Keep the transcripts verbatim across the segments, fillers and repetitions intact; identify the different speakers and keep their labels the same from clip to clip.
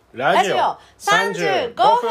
Speaker 1: ラジオさんじゅうごふん。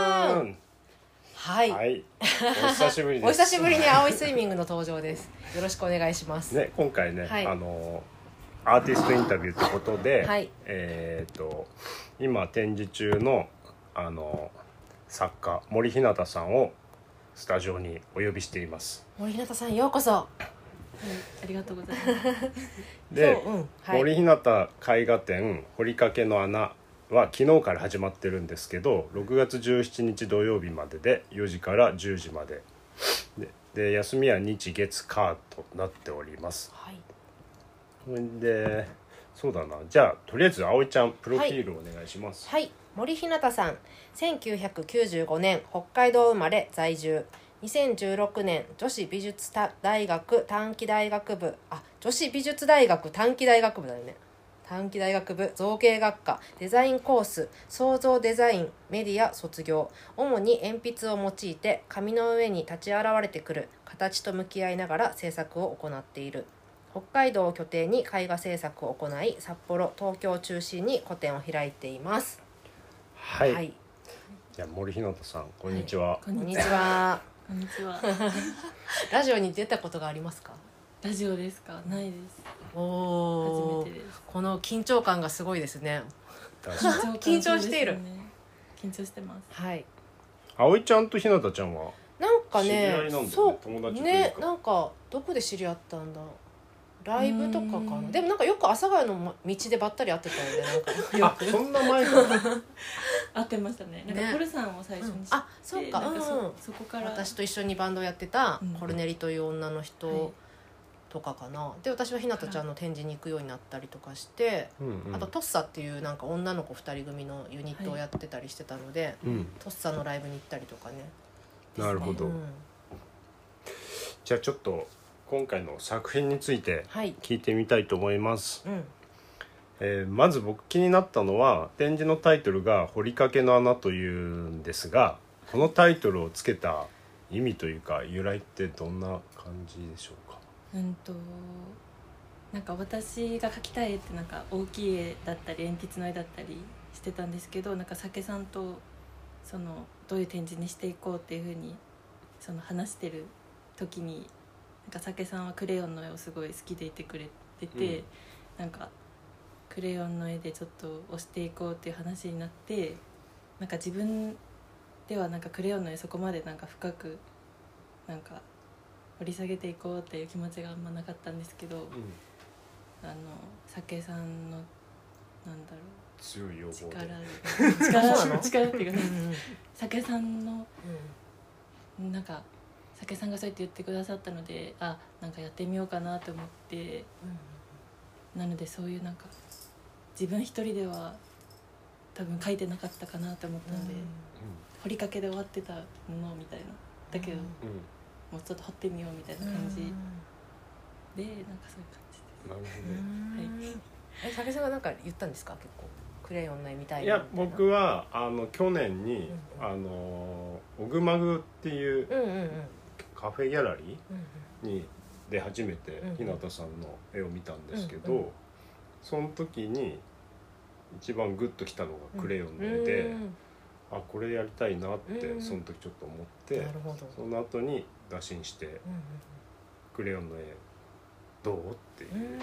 Speaker 2: はい、
Speaker 1: はい、お久しぶりです。
Speaker 2: お久しぶりに青いスイミングの登場です。よろしくお願いします。
Speaker 1: ね、今回ね、
Speaker 2: はい、
Speaker 1: あのアーティストインタビューということで、
Speaker 2: はい、
Speaker 1: えー、と今展示中のあの作家森ひなたさんをスタジオにお呼びしています。
Speaker 2: 森ひなたさん、ようこそ。はい、
Speaker 3: ありがとうございます
Speaker 1: で、
Speaker 2: うんはい、
Speaker 1: 森ひなた絵画展掘りかけの穴は昨日から始まってるんですけど、ろくがつじゅうしちにち土曜日まででよじからじゅうじまで で, で休みは日月火となっております。
Speaker 2: はい、
Speaker 1: でそうだな、じゃあとりあえず葵ちゃんプロフィールお願いします。
Speaker 2: はい、はい、森ひなたさん、せんきゅうひゃくきゅうじゅうごねん北海道生まれ在住。にせんじゅうろくねん女子美術大学短期大学部あ女子美術大学短期大学部だよね短期大学部造形学科デザインコース創造デザインメディア卒業。主に鉛筆を用いて紙の上に立ち現れてくる形と向き合いながら制作を行っている。北海道を拠点に絵画制作を行い、札幌東京を中心に個展を開いています。
Speaker 1: はい、
Speaker 2: はい、
Speaker 1: じゃあ森ひなたさん、こんにちは。
Speaker 2: はい、こんにちは。
Speaker 3: こんにちは。
Speaker 2: ラジオに出たことがありますか？
Speaker 3: ラジオですか？ないです。
Speaker 2: お
Speaker 3: 初めてです。
Speaker 2: この緊張感がすごいですね。
Speaker 1: 緊
Speaker 2: 張している、
Speaker 3: ね、緊張してます。
Speaker 2: はい。
Speaker 1: 葵ちゃんとひなたちゃんは
Speaker 2: なんかね、
Speaker 1: 知り合いなんだよね、
Speaker 2: そう
Speaker 1: 友達というか
Speaker 2: ね、なんかどこで知り合ったんだ。ライブとかかな。でもなんかよく阿佐ヶ谷の道でばったり会ってたよね。なんかよく
Speaker 1: あ、そんな前から
Speaker 3: 会ってましたね。なんかコルさんを最初に知って、
Speaker 2: うん、あ、そうか、うん、
Speaker 3: そ, そこから
Speaker 2: 私と一緒にバンドをやってたコルネリという女の
Speaker 3: は
Speaker 2: 人
Speaker 3: い
Speaker 2: とかかな。で、私はひなたちゃんの展示に行くようになったりとかして、
Speaker 1: うんうん、
Speaker 2: あとトッサっていうなんか女の子ふたり組のユニットをやってたりしてたので、
Speaker 1: うん、
Speaker 2: トッサのライブに行ったりとかね。
Speaker 1: なるほど、
Speaker 2: うん、
Speaker 1: じゃあちょっと今回の作品について
Speaker 2: はい、
Speaker 1: 聞いてみたいと思います、
Speaker 2: うん、
Speaker 1: えー、まず僕気になったのは展示のタイトルが掘りかけの穴というんですが、このタイトルをつけた意味というか由来ってどんな感じでしょうか？
Speaker 3: うんとなんか私が描きたい絵ってなんか大きい絵だったり鉛筆の絵だったりしてたんですけど、なんか酒さんとそのどういう展示にしていこうっていう風にその話してる時に、なんか酒さんはクレヨンの絵をすごい好きでいてくれてて、うん、なんかクレヨンの絵でちょっと押していこうっていう話になって、なんか自分ではなんかクレヨンの絵そこまでなんか深くなんか掘り下げていこうっていう気持ちがあんまなかったんですけど、うん、あの酒さんのなんだろう
Speaker 1: 強い要望で
Speaker 3: 力力力っていうかね、
Speaker 2: うん、
Speaker 3: 酒さんの、うん、なんか酒さんがそうやって言ってくださったので、あ、なんかやってみようかなと思って、うん、なのでそういうなんか自分一人では多分書いてなかったかなと思ったので、うん、掘りかけで終わってたものみたいなだけど、うん、もうちょっと掘ってみようみたいな感じで、うん、なんかそういう感じです。
Speaker 1: なるほど、
Speaker 2: はい、え、酒さんがなんか言ったんですか？結構クレヨンの絵みたいな。
Speaker 1: いや、僕はあの去年に、うんうん、あのオグマグっていう、うんうんうん、カフェギャラリーにで初めてひなたさんの絵を見たんですけど、うんうん、その時に一番グッときたのがクレヨンの絵で、うんうん、あ、これやりたいなってその時ちょっと思って、
Speaker 2: なるほど。
Speaker 1: その後に打診して、うんうん、クレヨンの絵どうっていう、うんうんうんうん、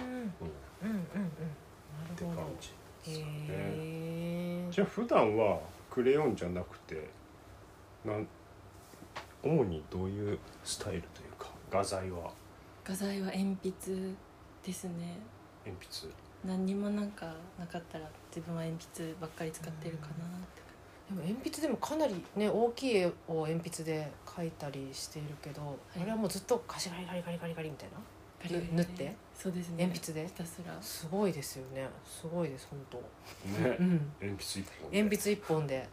Speaker 1: って感じですかね。へー。じゃあ普段はクレヨンじゃなくてなん主にどういうスタイルというか画材は
Speaker 3: 画材は鉛筆ですね。
Speaker 1: 鉛筆
Speaker 3: 何にもなんかなかったら自分は鉛筆ばっかり使ってるかなって。
Speaker 2: でも鉛筆でもかなりね大きい絵を鉛筆で描いたりしているけど、はい、あれはもうずっとガシガリガリガリガリガリみたいなガリガリ塗って
Speaker 3: そうですね、
Speaker 2: 鉛筆で
Speaker 3: ひたすら
Speaker 2: すごいですよね。すごいです本当
Speaker 1: ね、うん、鉛筆一本で
Speaker 2: 鉛筆一本で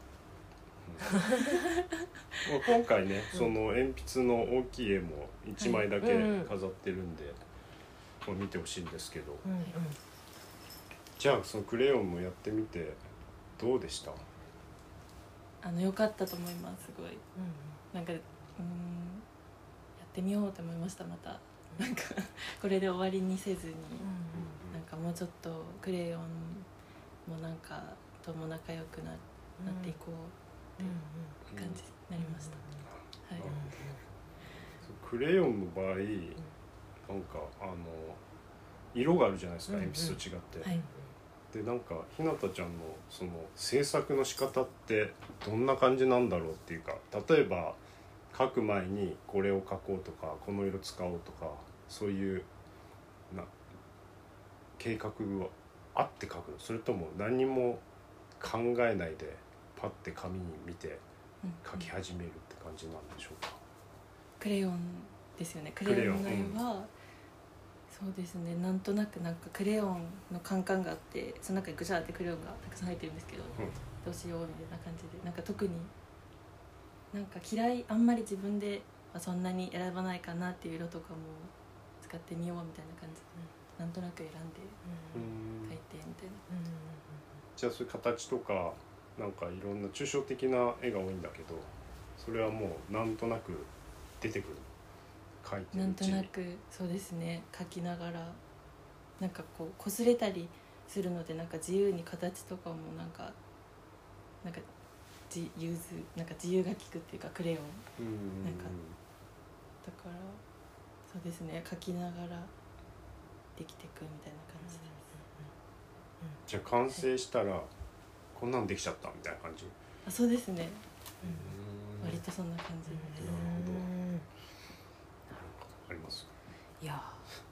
Speaker 1: 今回ね、その鉛筆の大きい絵もいちまいだけ飾ってるんで、はい、見てほしいんですけど、うんうん、じゃあそのクレヨンもやってみてどうでした？
Speaker 3: あの良かったと思います。すごい、うん、なんかうーんやってみようと思いました。またなんかこれで終わりにせずに、うん、なんかもうちょっとクレヨンもなんかとも仲良くななっていこうって感じになりました、はい、
Speaker 1: クレヨンの場合なんかあの色があるじゃないですか、鉛筆と違って、はい、でなんかひなたちゃんのその制作の仕方ってどんな感じなんだろうっていうか、例えば描く前にこれを描こうとかこの色使おうとかそういうな計画はあって描くの、それとも何にも考えないでパッて紙に見て描き始めるって感じなんでしょうか。
Speaker 3: クレヨンですよね。クレヨンの絵は、うん、そうですね、なんとなくなんかクレヨンのカンカンがあって、その中にぐちゃってクレヨンがたくさん入ってるんですけど、うん、どうしようみたいな感じで、なんか特になんか嫌い、あんまり自分ではそんなに選ばないかなっていう色とかも使ってみようみたいな感じで、うん、なんとなく選んで描いてみたいな、うん、
Speaker 1: じゃあそういう形とかなんかいろんな抽象的な絵が多いんだけど、それはもうなんとなく出てくる、描いてるうちに。
Speaker 3: なんとなくそうですね、描きながらなんかこう擦れたりするので、なんか自由に形とかもなんかなんか自由ずなんか自由が利くっていうか、クレヨン、うん、なんかだからそうですね、描きながらできていくみたいな感じです、
Speaker 1: うんうん、じゃあ完成したら、はい、こんなんできちゃったみたいな感じ。
Speaker 3: あ、そうですね、うん、割とそんな感じです。
Speaker 1: なるほど。あります。
Speaker 2: いや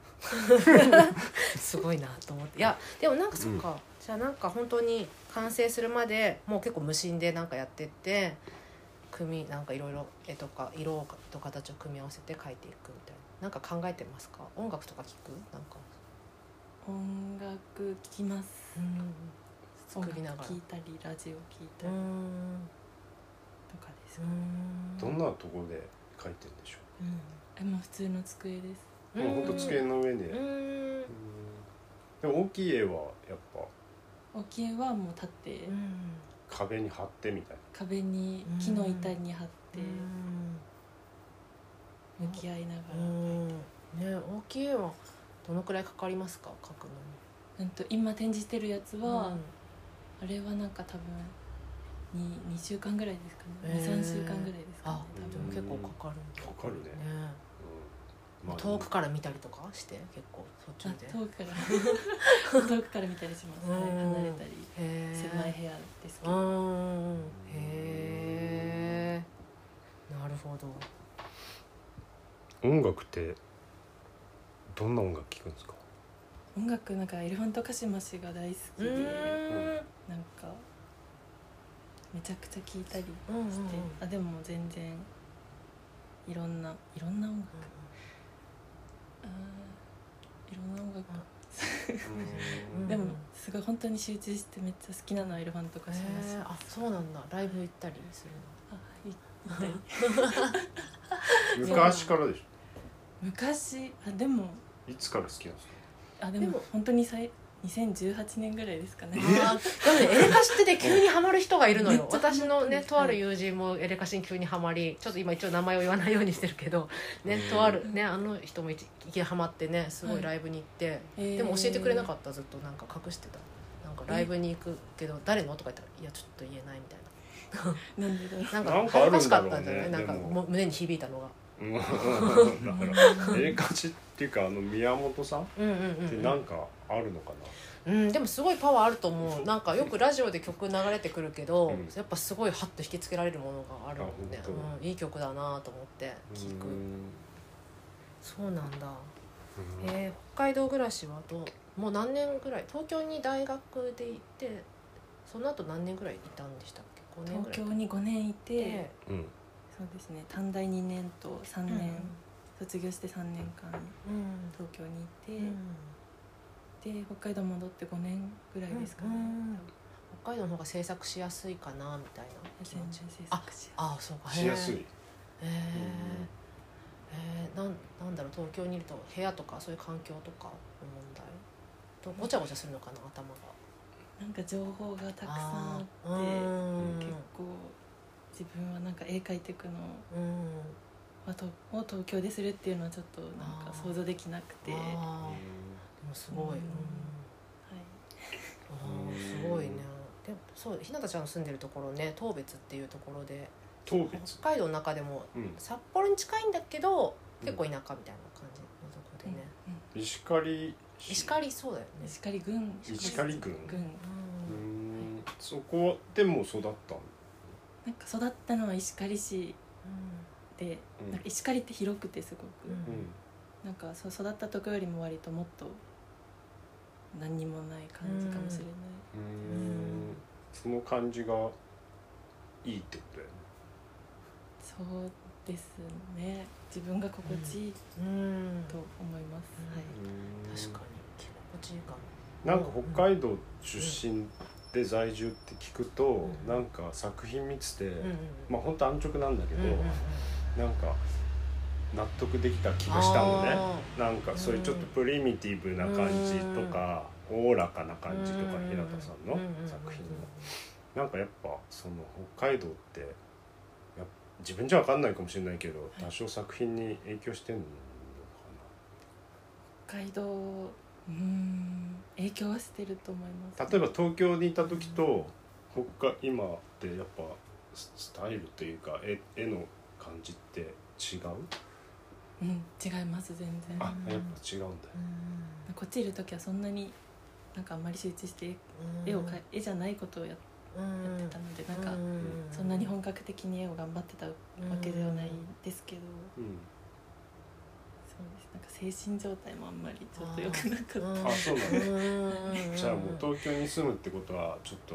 Speaker 2: すごいなと思って。いやでもなんかそっか、うん、じゃあなんか本当に完成するまでもう結構無心でなんかやってって、組なんかいろいろ絵とか色と形を組み合わせて描いていくみたいな、なんか考えてますか？音楽とか聞く？なんか
Speaker 3: 音楽聴きます、うん、
Speaker 2: 作りながら
Speaker 3: 聴いたりラジオ聴いたりとかですか。
Speaker 1: どんなところで描いてるんでしょう？
Speaker 3: うん、もう普通の机です。
Speaker 1: もうほんと机の上で。うん、でも大きい絵はやっぱ
Speaker 3: 大きい絵はもう立って、うん、
Speaker 1: 壁に貼ってみたいな。
Speaker 3: 壁に木の板に貼って、うん、向き合いながら、うん
Speaker 2: ね、大きい絵はどのくらいかかりますか？描くの
Speaker 3: に。うんと今展示してるやつは、うん、あれはなんか多分に, にしゅうかんぐらいですかね、えー、にさんしゅうかんぐらいですかね。
Speaker 2: あ、多分結構かかるんだ。
Speaker 1: かかるね、
Speaker 2: ね、うん、まあ、遠くから見たりとかして結構そっちで
Speaker 3: 遠くから遠くから見たりします、ね、離れたり狭い部屋ですけど。
Speaker 2: うん、へー、なるほど。
Speaker 1: 音楽ってどんな音楽聴くんですか？
Speaker 3: 音楽なんかエレファントカシマシが大好きで、うん、なんかめちゃくちゃ聴いたりして、うんうんうん、あでも全然いろんないろんな音楽、うん、あいろんな音楽、うん、でもすごい本当に集中してめっちゃ好きなのはエレファントカシマシ。
Speaker 2: あ、そうなんだ。ライブ行ったりするの？
Speaker 3: あ、行った
Speaker 1: り昔からでしょ？
Speaker 3: 昔、あでも
Speaker 1: いつから好きなんですか？
Speaker 3: あでも、でも本当にさいにせんじゅうはちねんぐらいですかね。
Speaker 2: あでもね、エレカシってね急にハマる人がいるのよ。私のねとある友人もエレカシに急にハマり、ちょっと今一応名前を言わないようにしてるけどね、とあるねあの人もいきハマってね、すごいライブに行って、はい、でも教えてくれなかった。ずっとなんか隠してた。なんかライブに行くけど誰のとか言ったら、いやちょっと言えないみたいな。なんでだろう。なんか恥ずかしかったんじゃない？なんかも胸に響いたのが。
Speaker 1: だからエレカシっていうかあの宮本さんってなんかあるのかな。
Speaker 2: うん、でもすごいパワーあると思う。なんかよくラジオで曲流れてくるけど、うん、やっぱすごいハッと引きつけられるものがあるもんね。うん、いい曲だなと思って聴く。そうなんだ。えー、北海道暮らしはどうもう何年ぐらい？東京に大学で行ってその後何年ぐらいいたんでしたっけ？ごねんぐらい。
Speaker 3: 東京にごねんいて、うん、そうですね、短大にねんとさんねん、うん、卒業してさんねんかん東京にいて、うん、で北海道戻ってごねんぐらいですかね、うんうん、
Speaker 2: 北海道の方が制作しやすいかなみたいな気持ち。
Speaker 3: 制作しやすい。
Speaker 2: ああ、そうか。
Speaker 1: しやすい。
Speaker 2: えーえー、なんなんだろう、東京にいると部屋とかそういう環境とかの問題とごちゃごちゃするのかな、頭が。
Speaker 3: なんか情報がたくさんあって、結構自分はなんか絵描いていくのを東京でするっていうのはちょっとなんか想像できなくて。あ
Speaker 2: でもすごい、うん、はい、あすごいね。 でもそうひなたちゃんの住んでるところね当別っていうところで
Speaker 1: 当別
Speaker 2: 北海道の中でも、
Speaker 1: うん、
Speaker 2: 札幌に近いんだけど結構田舎みたいな感じのところでね、
Speaker 3: うんうん、
Speaker 1: 石狩
Speaker 2: 石狩そうだよね
Speaker 3: 石狩郡
Speaker 1: 石狩郡
Speaker 3: 郡
Speaker 1: うんそこでも育ったの
Speaker 3: なんか育ったのは石狩市で、
Speaker 1: うん、
Speaker 3: なんか石狩って広くてすごく、
Speaker 2: うん、
Speaker 3: なんかそう育ったとこよりも割ともっと何にもない感じかもしれない、
Speaker 1: うん、うんその感じがいいってことだよね。
Speaker 3: そうですね自分が心地いいと思います、
Speaker 2: はい、確かに心地いいかも。
Speaker 1: なんか北海道出身で在住って聞くと、うん、なんか作品見てて、うん、まあ本当安直なんだけど、うん、なんか納得できた気がしたのね。なんかそういうちょっとプリミティブな感じとかおおらかな感じとか日向さんの作品のなんかやっぱその北海道ってや自分じゃ分かんないかもしれないけど多少作品に影響してんのか
Speaker 3: な。北海道うーん影響はしてると思います、
Speaker 1: ね、例えば東京にいた時と北今ってやっぱスタイルというか 絵, 絵の感じって違う？
Speaker 3: うん違います全然。
Speaker 1: あやっぱ違うんだよ。
Speaker 3: うんこっちいる時はそんなになんかあんまり集中して絵をか絵じゃないことをやってやってたのでなんかそんなに本格的に絵を頑張ってたわけではないんですけど、うん、そうですなんか精神状態もあんまりちょっと良くなかった。
Speaker 1: あそうなんだじゃあもう東京に住むってことはちょっと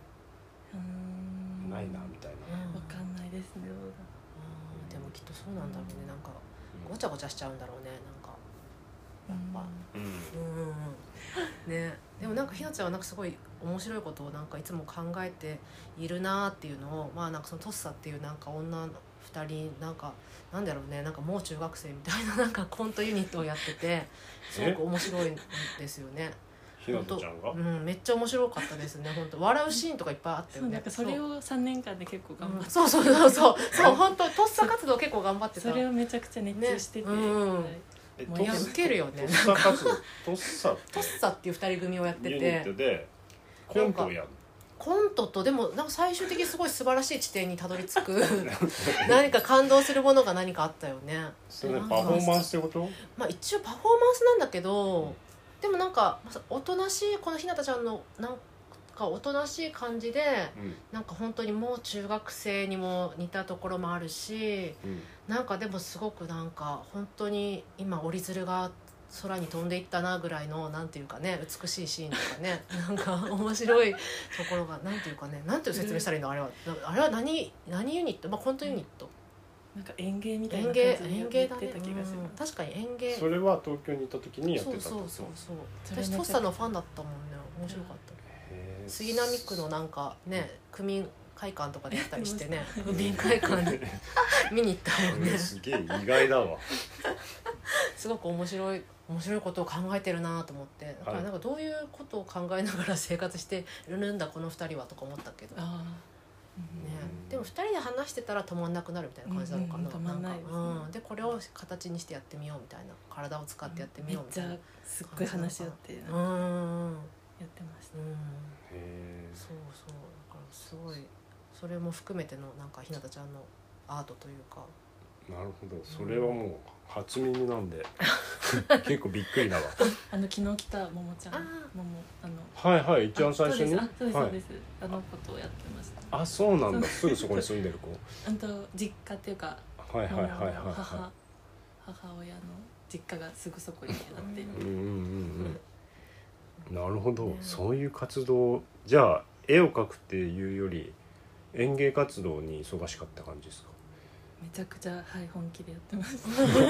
Speaker 1: ないなみたいな。
Speaker 3: わかんないですね。
Speaker 2: でもきっとそうなんだろうねなんかごちゃごちゃしちゃうんだろうねなんかやっぱうんうんねでもなんかひなちゃんはなんかすごい面白いことをなんかいつも考えているなっていうのをまあなんかそのトッサっていうなんか女のふたりなんかなんだろうねなんかもう中学生みたいななんかコントユニットをやっててすごく面白いんですよね。
Speaker 1: ひなたちゃんが、
Speaker 2: うん、めっちゃ面白かったですね本当笑うシーンとかいっぱいあったよね。
Speaker 3: そうなんかそれをさんねんかんで結構頑張って、うん、
Speaker 2: そうそうそうそうそう本当トッサ活動結構頑張ってた。
Speaker 3: それをめちゃくちゃ熱中してて、ねうんはい
Speaker 1: え
Speaker 2: もうやっけるよね。
Speaker 1: トッサ活動トッサって
Speaker 2: トッサっていうふたり組をやってて
Speaker 1: ユニットでコントをやる
Speaker 2: コントとでもなんか最終的にすごい素晴らしい地点にたどり着く何か感動するものが何かあったよね。
Speaker 1: それパフォーマンスってこと？
Speaker 2: まあ一応パフォーマンスなんだけど、うん、でもなんかおとなしいこのひなたちゃんのなんかおとなしい感じで、うん、なんか本当にもう中学生にも似たところもあるし、うん、なんかでもすごくなんか本当に今折り鶴が空に飛んでいったなぐらいのなんていうかね美しいシーンとかねなんか面白いところがなんていうかねなんていう説明したらいいのあれはあれは何何ユニットまあコントユニット
Speaker 3: なんか演芸みたいな感じでやってた気がします、ねうん、
Speaker 2: 確かに演芸
Speaker 1: それは東京にいた時にやってたって
Speaker 2: そうそうそうそう私トッサのファンだったもんね面白かった、うん、杉並区のなんかね区民会館とかでやったりしてね区民会館に見に行ったもんね
Speaker 1: すげえ意外だわ
Speaker 2: すごく面白い面白いことを考えてるなと思ってだからなんかどういうことを考えながら生活してるんだこのふたりはとか思ったけど、ね、でもふたりで話してたら止まんなくなるみたいな感じなのかな、うん、
Speaker 3: 止まんないですね、
Speaker 2: うん、でこれを形にしてやってみようみたいな体を使ってやってみようみたいな、
Speaker 3: めっちゃすっごい話し合ってなんかやってました、うん、
Speaker 2: へそうそうだからすごいそれも含めてのなんかひなたちゃんのアートというか
Speaker 1: なるほどそれはもう初耳なんで結構びっくりだわ
Speaker 3: あの昨日来たももちゃんももあの
Speaker 1: はいはい一番最初に
Speaker 3: そうですそうです、はい、そうですあの子とやってました。
Speaker 1: あそうなんだすぐそこに住んでる子
Speaker 3: あと実家っていうか
Speaker 1: はいはいはいはい、はい、
Speaker 3: 母母親の実家がすぐそこにあって
Speaker 1: うんうんうんうんなるほど、ね、そういう活動じゃあ絵を描くっていうより園芸活動に忙しかった感じですか？
Speaker 3: めちゃくちゃ、はい、本気でやってます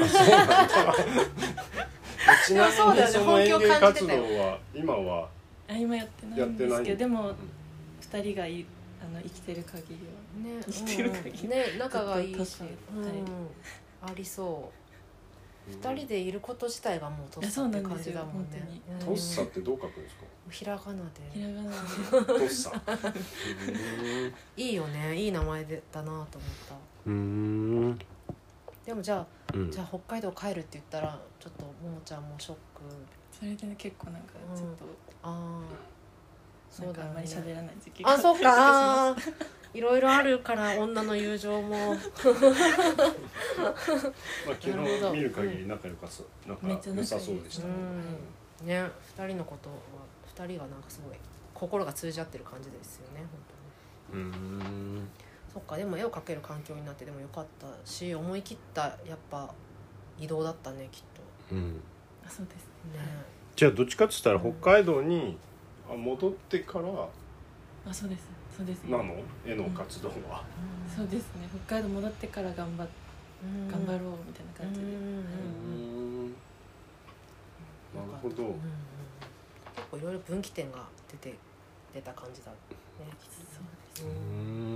Speaker 1: ちなみにその園芸活動は今は
Speaker 3: あ今やってないんですけどでも、うん、ふたりがいあの生きてる限りは、ね、生きてる限り、
Speaker 2: うん、ね仲がいいし、うん、ありそうふたりでいること自体がもうトッサって感じだもんね。
Speaker 1: トッサってどう書くんですか？
Speaker 2: ひらがなで
Speaker 3: ひらがなで
Speaker 1: トッサ
Speaker 2: いいよねいい名前でだなと思った。
Speaker 1: うーん
Speaker 2: でもじゃあ、うん、じゃあ北海道帰るって言ったらちょっとももちゃんもショック
Speaker 3: それで、ね、結構なんかちょっと、
Speaker 2: うん、あ
Speaker 3: なんかあんまり喋らない時期
Speaker 2: あ、そう
Speaker 3: が
Speaker 2: かあいろいろあるから女の友情も
Speaker 1: まあ基本見る限り仲良かそう、なんか良さそうでしたね。
Speaker 2: うんね、二人のことは二人がなんかすごい心が通じ合ってる感じですよね、本当に。うーん、そっか。でも絵を描ける環境になってでもよかったし、思い切ったやっぱ移動だったね、きっと。
Speaker 1: うん、
Speaker 3: あ、そうですね。
Speaker 1: ね、じゃあどっちかって言ったら北海道に戻ってから、
Speaker 3: あ、そうですそうです、
Speaker 1: なの絵の活動は、
Speaker 3: うん、そうですね。北海道戻ってから頑張っ頑張ろうみたいな感じで、うん、
Speaker 1: なるほど、うんうん、
Speaker 2: 結構いろいろ分岐点が出て出た感じだね。
Speaker 3: そうです、
Speaker 1: うん、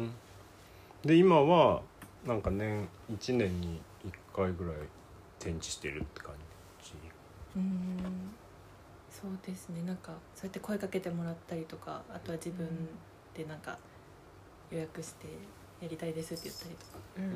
Speaker 1: で今はなんか年いちねんにいっかいぐらい展示してるって感じ。
Speaker 3: うん、そうですね。なんかそうやって声かけてもらったりとか、あとは自分でなんか予約してやりたいですって言ったりとか、うん、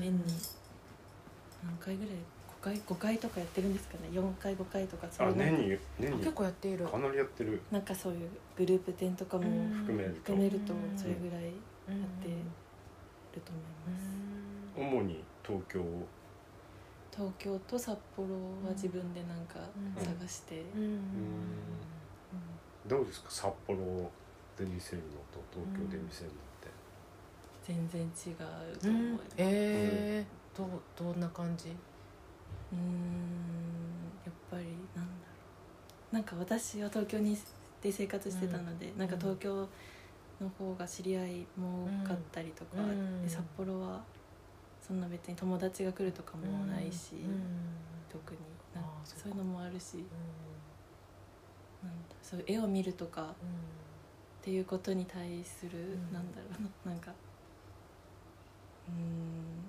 Speaker 3: 年に何回ぐらいごかいごかいとかやってるんですかね。よんかいごかいとか。
Speaker 1: あ、年に年に
Speaker 2: 結構やっている。
Speaker 1: かなりやってる。
Speaker 3: なんかそういうグループ展とかも
Speaker 1: 含めると、
Speaker 3: 含めるとそれぐらいやってると思います。
Speaker 1: 主に東京
Speaker 3: 東京と札幌は自分でなんか探して、うんうんうん、
Speaker 1: どうですか、札幌で見せるのと東京で見せるのって。
Speaker 3: 全然違うと思います。
Speaker 2: えー、どうどんな感じ？
Speaker 3: うーん、やっぱりなんだろう、なんか私は東京にで生活してたので、うん、なんか東京の方が知り合いも多かったりとか、うん、で札幌はそんな別に友達が来るとかもないし、うん、特になんかそういうのもあるし、うん、なんだそういう絵を見るとか、うん、っていうことに対する、うん、なんだろうな、なんかうーん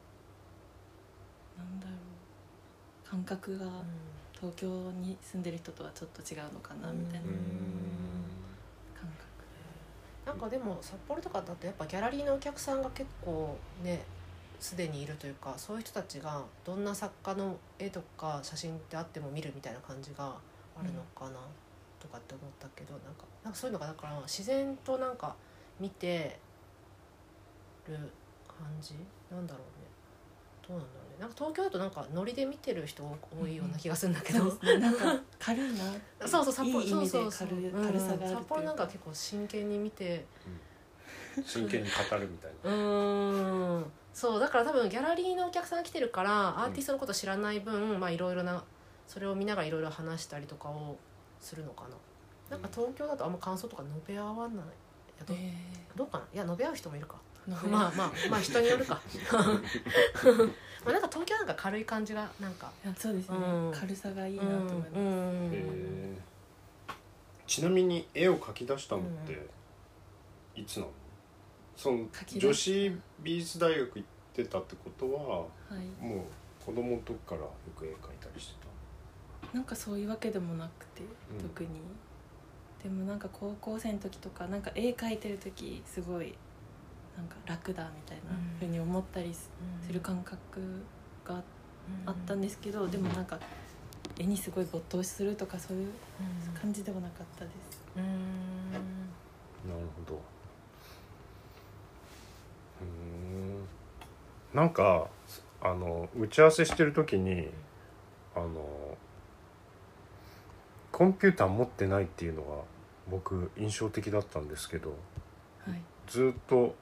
Speaker 3: なんだろう、感覚が東京に住んでる人とはちょっと違うのかなみたいな感覚。
Speaker 2: なんかでも札幌とかだとやっぱギャラリーのお客さんが結構ねすでにいるというか、そういう人たちがどんな作家の絵とか写真であっても見るみたいな感じがあるのかなとかって思ったけど、なんかなんかそういうのがだから自然となんか見てる感じなんだろうね。どうなんだろうね。なんか東京だとなんかノリで見てる人多いような気がするんだけど、
Speaker 3: うんね、なんか軽いな
Speaker 2: そうそう、札幌
Speaker 3: いい意味で軽
Speaker 2: そうそうそう、
Speaker 3: 軽さがある、
Speaker 2: うん、札幌なんか結構真剣に見て、
Speaker 1: うん、真剣に語るみたいな。
Speaker 2: うーん、そうだから多分ギャラリーのお客さん来てるからアーティストのこと知らない分、うん、まあいろいろなそれを見ながらいろいろ話したりとかをするのかな。なんか東京だとあんま感想とか述べ合わない。いや ど,、えー、どうかな。いや述べ合う人もいるか。まあまあまあ人によるかまあなんか東京なんか軽い感じがなんか、
Speaker 3: いやそうですね、うん、軽さがいいなと思います、うんうん、
Speaker 1: えー、ちなみに絵を描き出したのっていつなの？その女子美術大学行ってたってことは、はい、もう子供の時からよく絵描いたりして
Speaker 3: た？なんかそういうわけでもなくて、うん、特にでもなんか高校生の時とかなんか絵描いてる時すごいなんか楽だみたいな風に思ったりする感覚があったんですけど、でもなんか絵にすごい没頭するとかそういう感じではなかったです。
Speaker 2: うん、
Speaker 1: なるほど。うん、なんかあの打ち合わせしてる時にあのコンピューター持ってないっていうのが僕印象的だったんですけど、
Speaker 3: はい、
Speaker 1: ずっと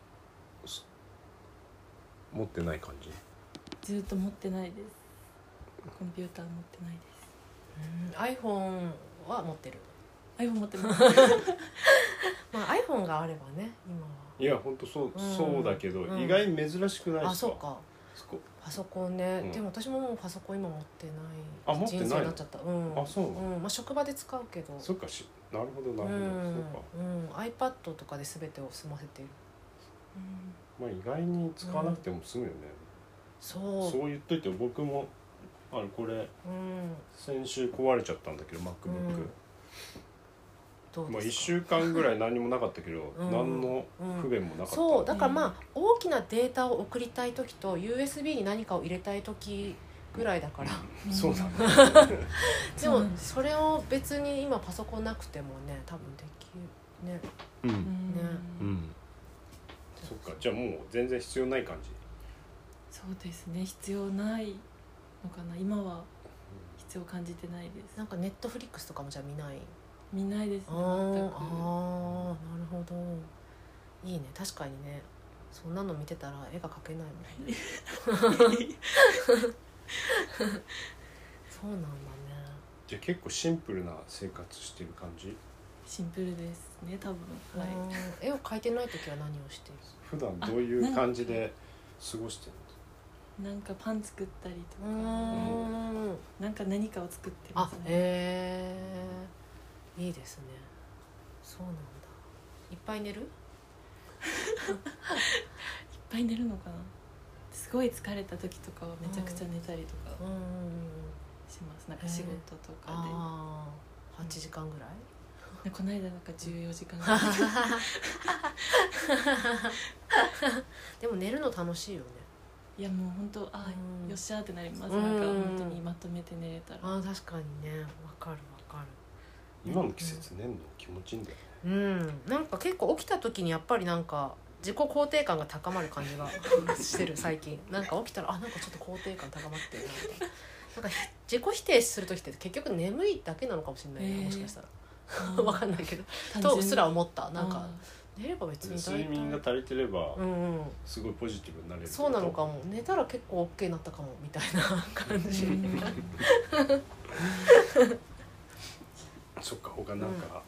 Speaker 1: 持ってない感じ？
Speaker 2: ずっと持ってないです。
Speaker 3: コンピューター持ってない
Speaker 2: です。うん、iPhone は持ってる。
Speaker 3: iPhone 持ってます
Speaker 2: まあ iPhone があればね今は。
Speaker 1: いや本当そう、うん、そうだけど、うん、意外に珍しくないですか？
Speaker 2: あ、そうか。パソコンね、うん、でも私ももうパソコン今持ってない人生になっちゃった。うん、
Speaker 1: あ、そうなの、
Speaker 2: うん、まあ職場で使うけど。
Speaker 1: そっかし、なるほどなるほど、うん、そう
Speaker 2: か。うん、iPad とかで全てを済ませている。
Speaker 1: うん、まあ意外に使わなくても済むよね。
Speaker 2: うん、そう。
Speaker 1: そう言っといて僕もあれこれ、うん、先週壊れちゃったんだけど MacBook。うん、まあいっしゅうかんぐらい何もなかったけど、うん、何の不便もなかった、
Speaker 2: うん、そうだからまあ大きなデータを送りたい時と ユーエスビー に何かを入れたい時ぐらいだから、
Speaker 1: うん、そうだね
Speaker 2: でもそれを別に今パソコンなくてもね多分できるね
Speaker 1: うん
Speaker 3: うん
Speaker 2: ね
Speaker 1: うんそっかじゃあもう全然必要ない感じ。
Speaker 3: そうですね必要ないのかな今は必要感じてないです。
Speaker 2: なんかネットフリックスとかもじゃあ見ない？
Speaker 3: 見ないですね
Speaker 2: あー
Speaker 3: 全く。
Speaker 2: あーなるほどいいね確かにねそんなの見てたら絵が描けないもんねそうなんだね。
Speaker 1: じゃあ結構シンプルな生活してる感じ。
Speaker 3: シンプルですね多分。はい
Speaker 2: あー絵を描いてない時は何をしてる？
Speaker 1: 普段どういう感じで過ごしてるの？
Speaker 3: なんかパン作ったりと
Speaker 2: うー
Speaker 3: か
Speaker 2: ん
Speaker 3: なんか何かを作ってま
Speaker 2: あ
Speaker 3: すね。
Speaker 2: へえいいですね。そうなんだ。いっぱい寝る？
Speaker 3: いっぱい寝るのかな。すごい疲れた時とかはめちゃくちゃ寝たりとか
Speaker 2: うんうんうん
Speaker 3: します。なんか仕事とか
Speaker 2: ああはちじかんぐらい？
Speaker 3: でこの間なんかじゅうよじかんぐらい
Speaker 2: でも寝るの楽しいよね。
Speaker 3: いやもう本当あ、
Speaker 2: うん、
Speaker 3: よっしゃーってなります。
Speaker 2: うん
Speaker 3: なんか本当にまとめて寝れたら。
Speaker 2: あ確かにねわかるわかる。
Speaker 1: 今の季節寝るの気持ちいいんだよね。
Speaker 2: うんなんか結構起きた時にやっぱりなんか自己肯定感が高まる感じがしてる最近。なんか起きたらあなんかちょっと肯定感高まってるなみたいな。なんか自己否定する時って結局眠いだけなのかもしれないね、
Speaker 3: えー
Speaker 2: もしかしたら
Speaker 3: あ
Speaker 2: わかんないけど
Speaker 3: 単純に
Speaker 2: とすら思ったなんか
Speaker 3: あ
Speaker 2: 寝れば別に大体
Speaker 1: 睡眠が足りてれば
Speaker 2: うんうん
Speaker 1: すごいポジティブになれるってこと。
Speaker 2: そうなのかも寝たら結構 OK になったかもみたいな感じ、
Speaker 3: ーうん
Speaker 1: そっか他なんか、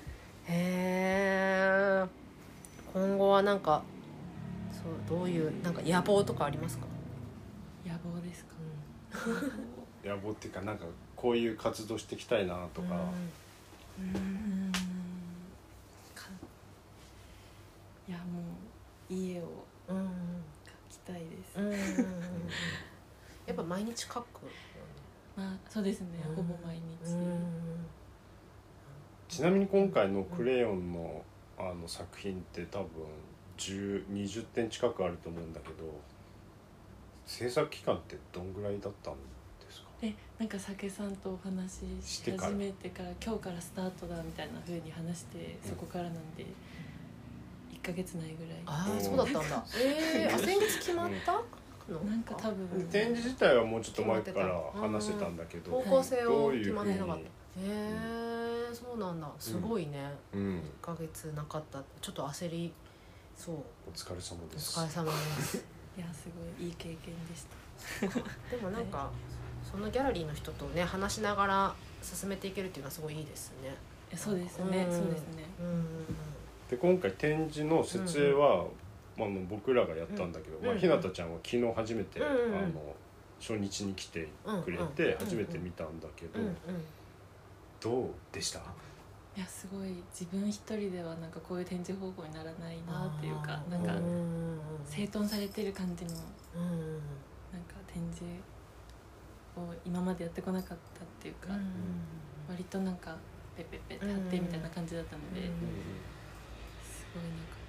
Speaker 2: へえ今後はなんかそうどういうなんか野望とかありますか？
Speaker 3: 野望ですか。
Speaker 1: 野望っていうかなんかこういう活動していきたいなとか、
Speaker 3: うーんかいやもう家を
Speaker 2: うんうん
Speaker 3: 描きたいです。
Speaker 2: うんうんうんやっぱ毎日書くよね。
Speaker 3: まあそうですね、
Speaker 2: うん
Speaker 3: ほぼ毎日。
Speaker 2: うん
Speaker 1: ちなみに今回のクレヨンのあの作品って多分じゅう、にじゅってん近くあると思うんだけど制作期間ってどんぐらいだったんですか？
Speaker 3: でなんか酒さんとお話しし始めてから今日からスタートだみたいな風に話してそこからなんでいっかげつないぐらい。
Speaker 2: ああそうだったんだ。えー、あ先月決まったの？
Speaker 3: なんか多分
Speaker 1: 展示自体はもうちょっと前から話してたんだけど
Speaker 2: 方向性を
Speaker 1: どういうふうに
Speaker 2: 決まってなかった。へえー、そうなんだすごいね、
Speaker 1: うん
Speaker 2: いっかげつなかったちょっと焦りそう
Speaker 1: お疲れ様
Speaker 2: お
Speaker 1: です。
Speaker 2: 疲れ様です
Speaker 3: いやすごいいい経験でした。
Speaker 2: でもなんかそのギャラリーの人とね話しながら進めていけるっていうのはすごいいいですね。
Speaker 3: いやそうですね、
Speaker 2: うん
Speaker 3: そうですね。
Speaker 2: うんうんうん
Speaker 1: で今回展示の設営は、まあ、あの僕らがやったんだけど、
Speaker 2: うん
Speaker 1: まあ、ひなたちゃんは昨日初めて、
Speaker 2: うんうんうん
Speaker 1: あの初日に来てくれ
Speaker 2: うん
Speaker 1: て初めて見たんだけど、
Speaker 2: うんうん
Speaker 1: どうでした？
Speaker 3: いやすごい自分一人ではなんかこういう展示方法にならないなっていうか
Speaker 2: あー
Speaker 3: なんか
Speaker 2: うんうん
Speaker 3: 整頓されてる感じの
Speaker 2: うんうん
Speaker 3: なんか展示を今までやってこなかったっていうか、
Speaker 2: うん
Speaker 3: 割となんかペペペって貼ってみたいな感じだったので、
Speaker 2: うん
Speaker 3: すごいなんか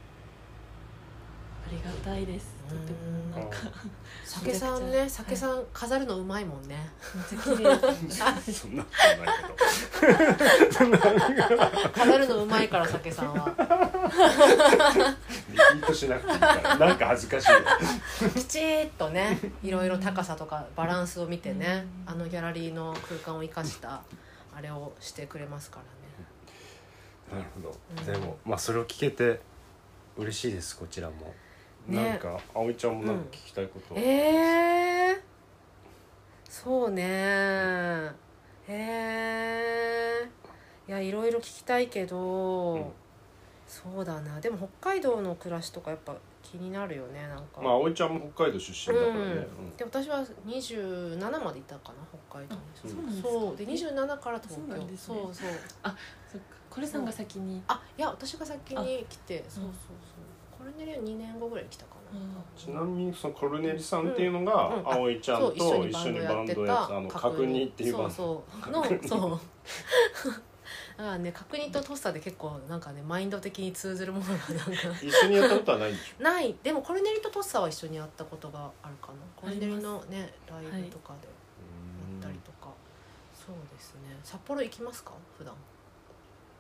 Speaker 3: ありがたいです。とてもなんか
Speaker 2: 酒さんね酒さん飾るのうまいもんね。
Speaker 3: めっちゃ綺麗です
Speaker 1: そんなことないけど
Speaker 2: 飾るのうまいから酒さんは
Speaker 1: リピートしなくていいからなんか恥ずかしいよ
Speaker 2: きちっとねいろいろ高さとかバランスを見てね
Speaker 3: うん
Speaker 2: あのギャラリーの空間を生かしたあれをしてくれますからね。
Speaker 1: なるほど、
Speaker 2: うん
Speaker 1: でもまあそれを聞けて嬉しいですこちらも、
Speaker 2: ね
Speaker 1: なんか葵ちゃんもなんか聞きたいことは、
Speaker 2: えー、そうねへえー、いやいろいろ聞きたいけど、
Speaker 1: うん
Speaker 2: そうだなでも北海道の暮らしとかやっぱ気になるよねなんか、
Speaker 1: まあ葵ちゃんも北海道出身だからね、
Speaker 2: うん
Speaker 1: うん
Speaker 2: で私はにじゅうななまでいたかな北海道に。
Speaker 1: うん
Speaker 3: そうなんですか。
Speaker 2: そうでにじゅうななから東京
Speaker 3: そうなんですね
Speaker 2: そうそう
Speaker 3: そっかこれさんが先に
Speaker 2: あいや私が先に来てそうそうそうこれねにねんごぐらいに来たかな、
Speaker 3: うん
Speaker 1: ちなみにそのコルネリさんっていうのが、
Speaker 2: うんうん
Speaker 1: 葵ちゃんと
Speaker 2: そう
Speaker 1: 一緒にバンドやってたあの角煮っていうバンド
Speaker 2: そうそうのそうだからね角煮とトッサで結構なんかねマインド的に通ずるものがなんか
Speaker 1: 一緒にやったことはないんでしょ
Speaker 2: ないでもコルネリとトッサは一緒にやったことがあるかなコルネリのねライブとかでやったりとか、そうですね札幌行きますか普段？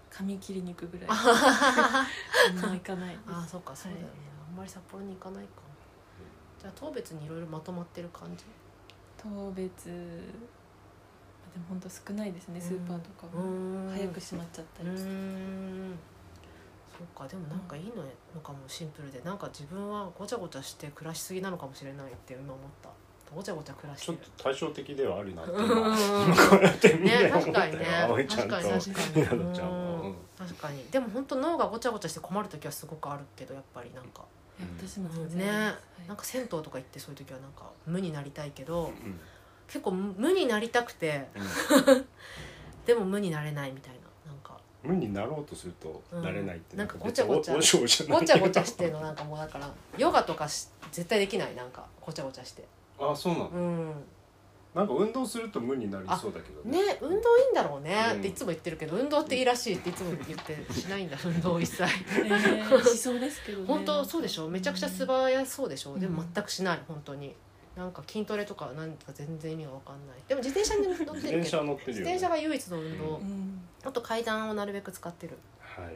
Speaker 3: 髪切りに行くぐらいあんま行かないです。
Speaker 2: ああそうかそうだよね、はい、あんまり札幌に行かないか。じゃあ当別にいろいろまとまってる感じ。
Speaker 3: 当別でも本当少ないですね、スーパーとかも早く閉まっちゃったりして。うーん
Speaker 2: そうか。でもなんかいいのかも、シンプルで。なんか自分はごちゃごちゃして暮らしすぎなのかもしれないって今思った。ごちゃごちゃ暮らしてる。
Speaker 1: ちょっと対照的ではあるなって今こうやって見て思ったよ。葵ちゃんとひなのちゃんは。
Speaker 2: 確かに。でも本当脳がごちゃごちゃして困る時はすごくあるけど、やっぱりなんか
Speaker 3: 私もそうです
Speaker 2: ね、なんか銭湯とか行ってそういう時はなんか無になりたいけど、
Speaker 1: うん、
Speaker 2: 結構無になりたくて、うん、でも無になれないみたいな。なんか
Speaker 1: 無になろうとするとなれないって、
Speaker 2: なんかごちゃごちゃごちゃごちゃしてるの。なんかもうだからヨガとかし絶対できない。なんかごちゃごちゃして。
Speaker 1: あ、そうなの、うん、なんか運動すると無になりそうだけど
Speaker 2: ね, ね運動いいんだろうね、うん、っていつも言ってるけど、運動っていいらしいっていつも言ってしないんだ運動一切、
Speaker 3: えー、しそうですけどね。
Speaker 2: 本当そうでしょ、めちゃくちゃ素早そうでしょ、うん、でも全くしない本当に。なんか筋トレとかなんか全然意味が分かんない。でも自転車に乗ってるけど自転車乗ってるよ、ね、自転車が唯一の運動、うん、あと階段をなるべく使ってる。
Speaker 1: はい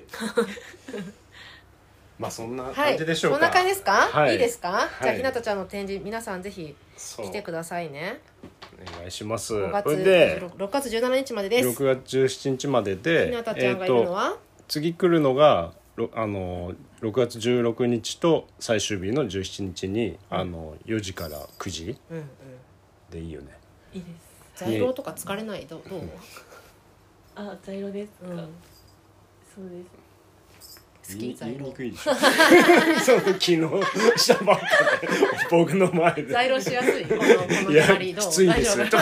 Speaker 1: まあそんな感じでしょうか。
Speaker 2: はい、そんな感じですか、はい、いいですか、
Speaker 1: はい、
Speaker 2: じゃあひなたちゃんの展示皆さんぜひ来てくださいね。
Speaker 1: お願いします。
Speaker 2: ごがつでろくがつじゅうしちにちまでです。
Speaker 1: ろくがつじゅうしちにちまでで
Speaker 2: ひなたちゃんがいるのは、えー、
Speaker 1: 次来るのがあのろくがつじゅうろくにちと最終日のじゅうしちにちに、うん、あのよじからくじ、うんうん、でいいよね。
Speaker 3: いいです。
Speaker 2: 在廊とか疲れない？どう？どう
Speaker 3: あ、在廊ですか、うん、そうです。
Speaker 1: 好き言いにくいでしょそう昨日したばっかで僕の前で
Speaker 2: 在廊しやすいこのこの隣どう？
Speaker 1: きついですよ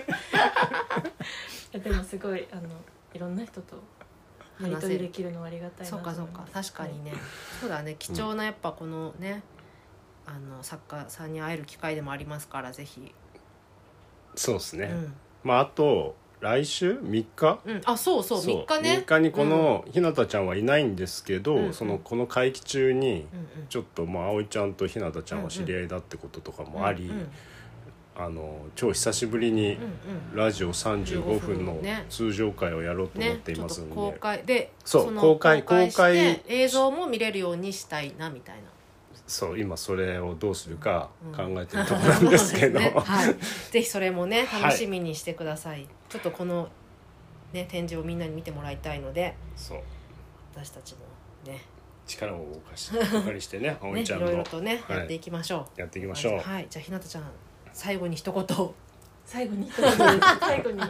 Speaker 3: でもすごいあのいろんな人とやり取りできるのはありがたいなと思います。
Speaker 2: そうかそうか、確かにね、はい、そうだね、貴重なやっぱこのね、うん、あの作家さんに会える機会でもありますから、ぜひ。
Speaker 1: そうですね、うん、まああと来週みっか、
Speaker 2: うん、あそうそうみっかね、
Speaker 1: みっかにこのひなたちゃんはいないんですけど、うん、そのこの会期中にちょっとまあ葵ちゃんとひなたちゃんは知り合いだってこととかもあり、うんうん、あの超久しぶりにラジオさんじゅうごふんの通常回をやろうと思っていますので、
Speaker 2: ねね、公開で
Speaker 1: そうその公開公開
Speaker 2: 映像も見れるようにしたいなみたいな。
Speaker 1: そう今それをどうするか考えてるところなんですけど、うんね、
Speaker 2: はい、ぜひそれもね楽しみにしてください、はい、ちょっとこの、ね、展示をみんなに見てもらいたいので、
Speaker 1: そう
Speaker 2: 私たちもね
Speaker 1: 力を動かしお借りしてね葵ちゃんの
Speaker 2: いろいろとね、はい、やっていきましょう
Speaker 1: やっていきましょう。
Speaker 2: はい、じゃあひなたちゃん最後に一言
Speaker 3: 最後に一言最後に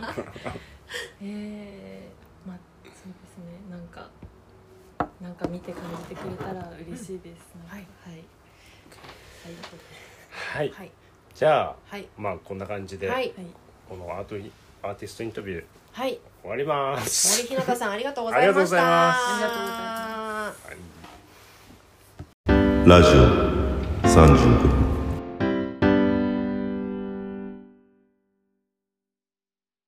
Speaker 3: えー、まあそうですね、なんかなんか見て感じてくれたら嬉しいです、うん、はいはい
Speaker 1: はい、はい、じゃあ、
Speaker 2: はい、
Speaker 1: まあこんな感じで、はい、このアートアーティストインタビュー、
Speaker 2: はい、
Speaker 1: 終わります。
Speaker 2: 森ひなたさんありがとうございました。
Speaker 3: ありがとうございます。
Speaker 4: ラジオさんじゅうごふん。